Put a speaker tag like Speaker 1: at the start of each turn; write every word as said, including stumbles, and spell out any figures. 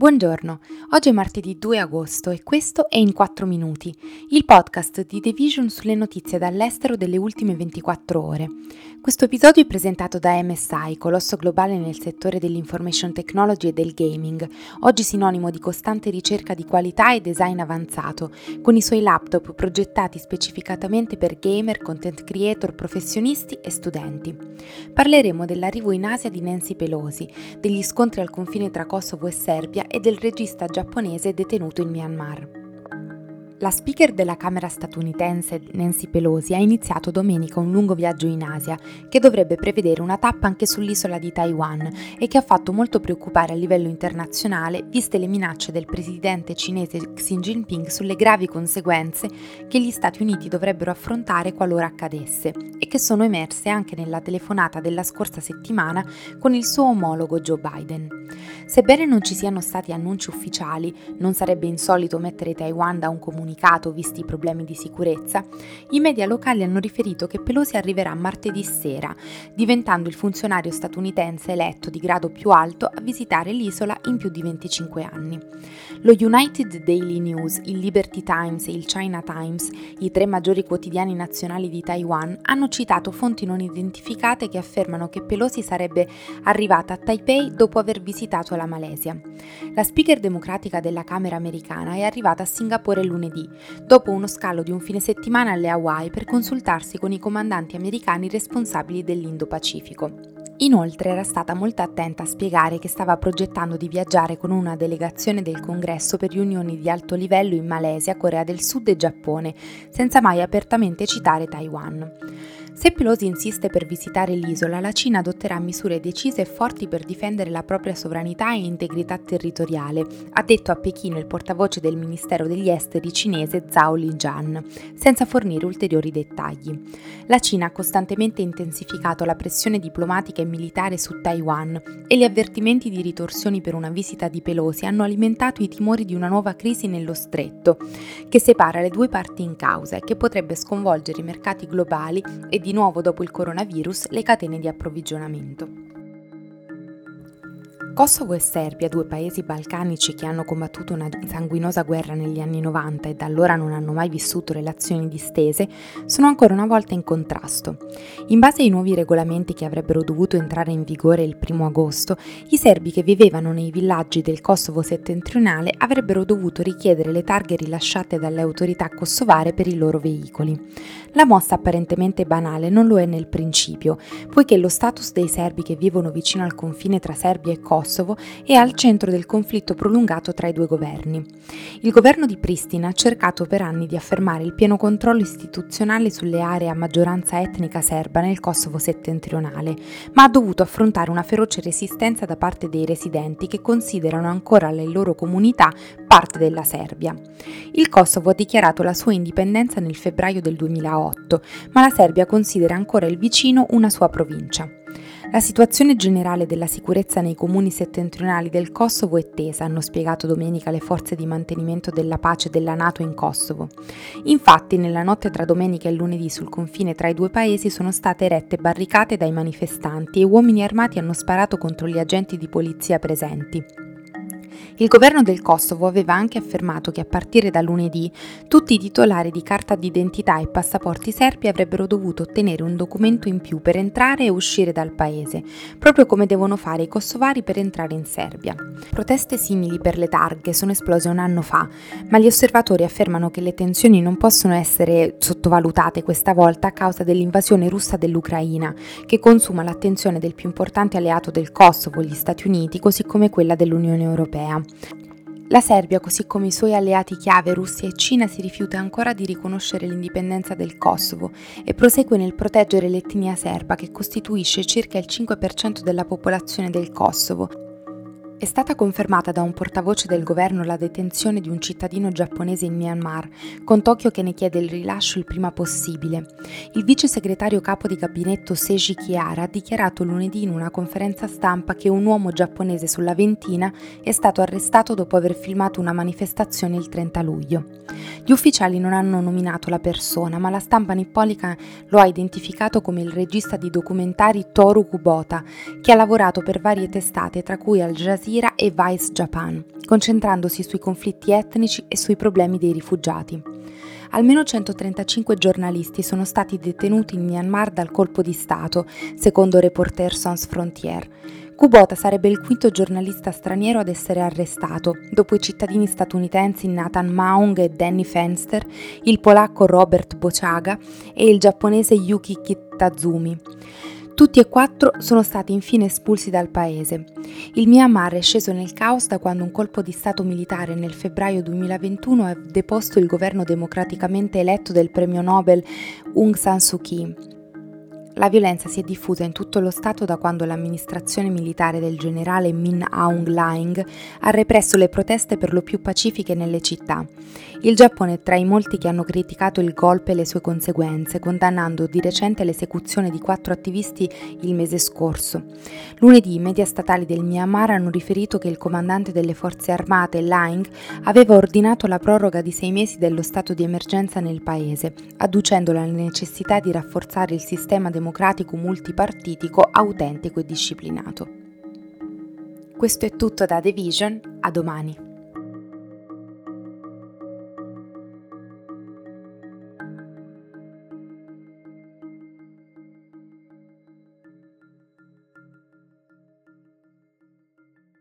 Speaker 1: Buongiorno, oggi è martedì due agosto e questo è In quattro minuti, il podcast di The Vision sulle notizie dall'estero delle ultime ventiquattro ore. Questo episodio è presentato da M S I, colosso globale nel settore dell'information technology e del gaming, oggi sinonimo di costante ricerca di qualità e design avanzato, con i suoi laptop progettati specificatamente per gamer, content creator, professionisti e studenti. Parleremo dell'arrivo in Asia di Nancy Pelosi, degli scontri al confine tra Kosovo e Serbia e del regista giapponese detenuto in Myanmar. La speaker della Camera statunitense Nancy Pelosi ha iniziato domenica un lungo viaggio in Asia che dovrebbe prevedere una tappa anche sull'isola di Taiwan e che ha fatto molto preoccupare a livello internazionale viste le minacce del presidente cinese Xi Jinping sulle gravi conseguenze che gli Stati Uniti dovrebbero affrontare qualora accadesse e che sono emerse anche nella telefonata della scorsa settimana con il suo omologo Joe Biden. Sebbene non ci siano stati annunci ufficiali, non sarebbe insolito mettere Taiwan da un comunicato visti i problemi di sicurezza, i media locali hanno riferito che Pelosi arriverà martedì sera, diventando il funzionario statunitense eletto di grado più alto a visitare l'isola in più di venticinque anni. Lo United Daily News, il Liberty Times e il China Times, i tre maggiori quotidiani nazionali di Taiwan, hanno citato fonti non identificate che affermano che Pelosi sarebbe arrivata a Taipei dopo aver visitato la Malesia. La speaker democratica della Camera americana è arrivata a Singapore lunedì, dopo uno scalo di un fine settimana alle Hawaii per consultarsi con i comandanti americani responsabili dell'Indo-Pacifico. Inoltre era stata molto attenta a spiegare che stava progettando di viaggiare con una delegazione del Congresso per riunioni di alto livello in Malesia, Corea del Sud e Giappone, senza mai apertamente citare Taiwan. Se Pelosi insiste per visitare l'isola, la Cina adotterà misure decise e forti per difendere la propria sovranità e integrità territoriale, ha detto a Pechino il portavoce del Ministero degli Esteri cinese Zhao Lijian, senza fornire ulteriori dettagli. La Cina ha costantemente intensificato la pressione diplomatica e militare su Taiwan e gli avvertimenti di ritorsioni per una visita di Pelosi hanno alimentato i timori di una nuova crisi nello stretto, che separa le due parti in causa e che potrebbe sconvolgere i mercati globali e di nuovo dopo il coronavirus le catene di approvvigionamento. Kosovo e Serbia, due paesi balcanici che hanno combattuto una sanguinosa guerra negli anni novanta e da allora non hanno mai vissuto relazioni distese, sono ancora una volta in contrasto. In base ai nuovi regolamenti che avrebbero dovuto entrare in vigore il primo agosto, i serbi che vivevano nei villaggi del Kosovo settentrionale avrebbero dovuto richiedere le targhe rilasciate dalle autorità kosovare per i loro veicoli. La mossa apparentemente banale non lo è nel principio, poiché lo status dei serbi che vivono vicino al confine tra Serbia e Kosovo Kosovo è al centro del conflitto prolungato tra i due governi. Il governo di Pristina ha cercato per anni di affermare il pieno controllo istituzionale sulle aree a maggioranza etnica serba nel Kosovo settentrionale, ma ha dovuto affrontare una feroce resistenza da parte dei residenti che considerano ancora le loro comunità parte della Serbia. Il Kosovo ha dichiarato la sua indipendenza nel febbraio del duemilaotto, ma la Serbia considera ancora il vicino una sua provincia. La situazione generale della sicurezza nei comuni settentrionali del Kosovo è tesa, hanno spiegato domenica le forze di mantenimento della pace della NATO in Kosovo. Infatti, nella notte tra domenica e lunedì sul confine tra i due paesi sono state erette barricate dai manifestanti e uomini armati hanno sparato contro gli agenti di polizia presenti. Il governo del Kosovo aveva anche affermato che a partire da lunedì tutti i titolari di carta d'identità e passaporti serbi avrebbero dovuto ottenere un documento in più per entrare e uscire dal paese, proprio come devono fare i kosovari per entrare in Serbia. Proteste simili per le targhe sono esplose un anno fa, ma gli osservatori affermano che le tensioni non possono essere sottovalutate questa volta a causa dell'invasione russa dell'Ucraina, che consuma l'attenzione del più importante alleato del Kosovo, gli Stati Uniti, così come quella dell'Unione Europea. La Serbia, così come i suoi alleati chiave Russia e Cina, si rifiuta ancora di riconoscere l'indipendenza del Kosovo e prosegue nel proteggere l'etnia serba che costituisce circa il cinque per cento della popolazione del Kosovo. È stata confermata da un portavoce del governo la detenzione di un cittadino giapponese in Myanmar, con Tokyo che ne chiede il rilascio il prima possibile. Il vice segretario capo di gabinetto Seiji Chiara ha dichiarato lunedì in una conferenza stampa che un uomo giapponese sulla ventina è stato arrestato dopo aver filmato una manifestazione il trenta luglio. Gli ufficiali non hanno nominato la persona, ma la stampa nipponica lo ha identificato come il regista di documentari Toru Kubota, che ha lavorato per varie testate, tra cui Al Jazeera Jazeera e Vice Japan, concentrandosi sui conflitti etnici e sui problemi dei rifugiati. Almeno centotrentacinque giornalisti sono stati detenuti in Myanmar dal colpo di Stato, secondo Reporters Sans Frontières. Kubota sarebbe il quinto giornalista straniero ad essere arrestato, dopo i cittadini statunitensi Nathan Maung e Danny Fenster, il polacco Robert Bochaga e il giapponese Yuki Kitazumi. Tutti e quattro sono stati infine espulsi dal paese. Il Myanmar è sceso nel caos da quando un colpo di stato militare nel febbraio duemilaventuno ha deposto il governo democraticamente eletto del premio Nobel Aung San Suu Kyi. La violenza si è diffusa in tutto lo Stato da quando l'amministrazione militare del generale Min Aung Hlaing ha represso le proteste per lo più pacifiche nelle città. Il Giappone è tra i molti che hanno criticato il golpe e le sue conseguenze, condannando di recente l'esecuzione di quattro attivisti il mese scorso. Lunedì i media statali del Myanmar hanno riferito che il comandante delle forze armate, Hlaing, aveva ordinato la proroga di sei mesi dello stato di emergenza nel paese, adducendo la necessità di rafforzare il sistema democratico democratico multipartitico autentico e disciplinato. Questo è tutto da The Vision, a domani.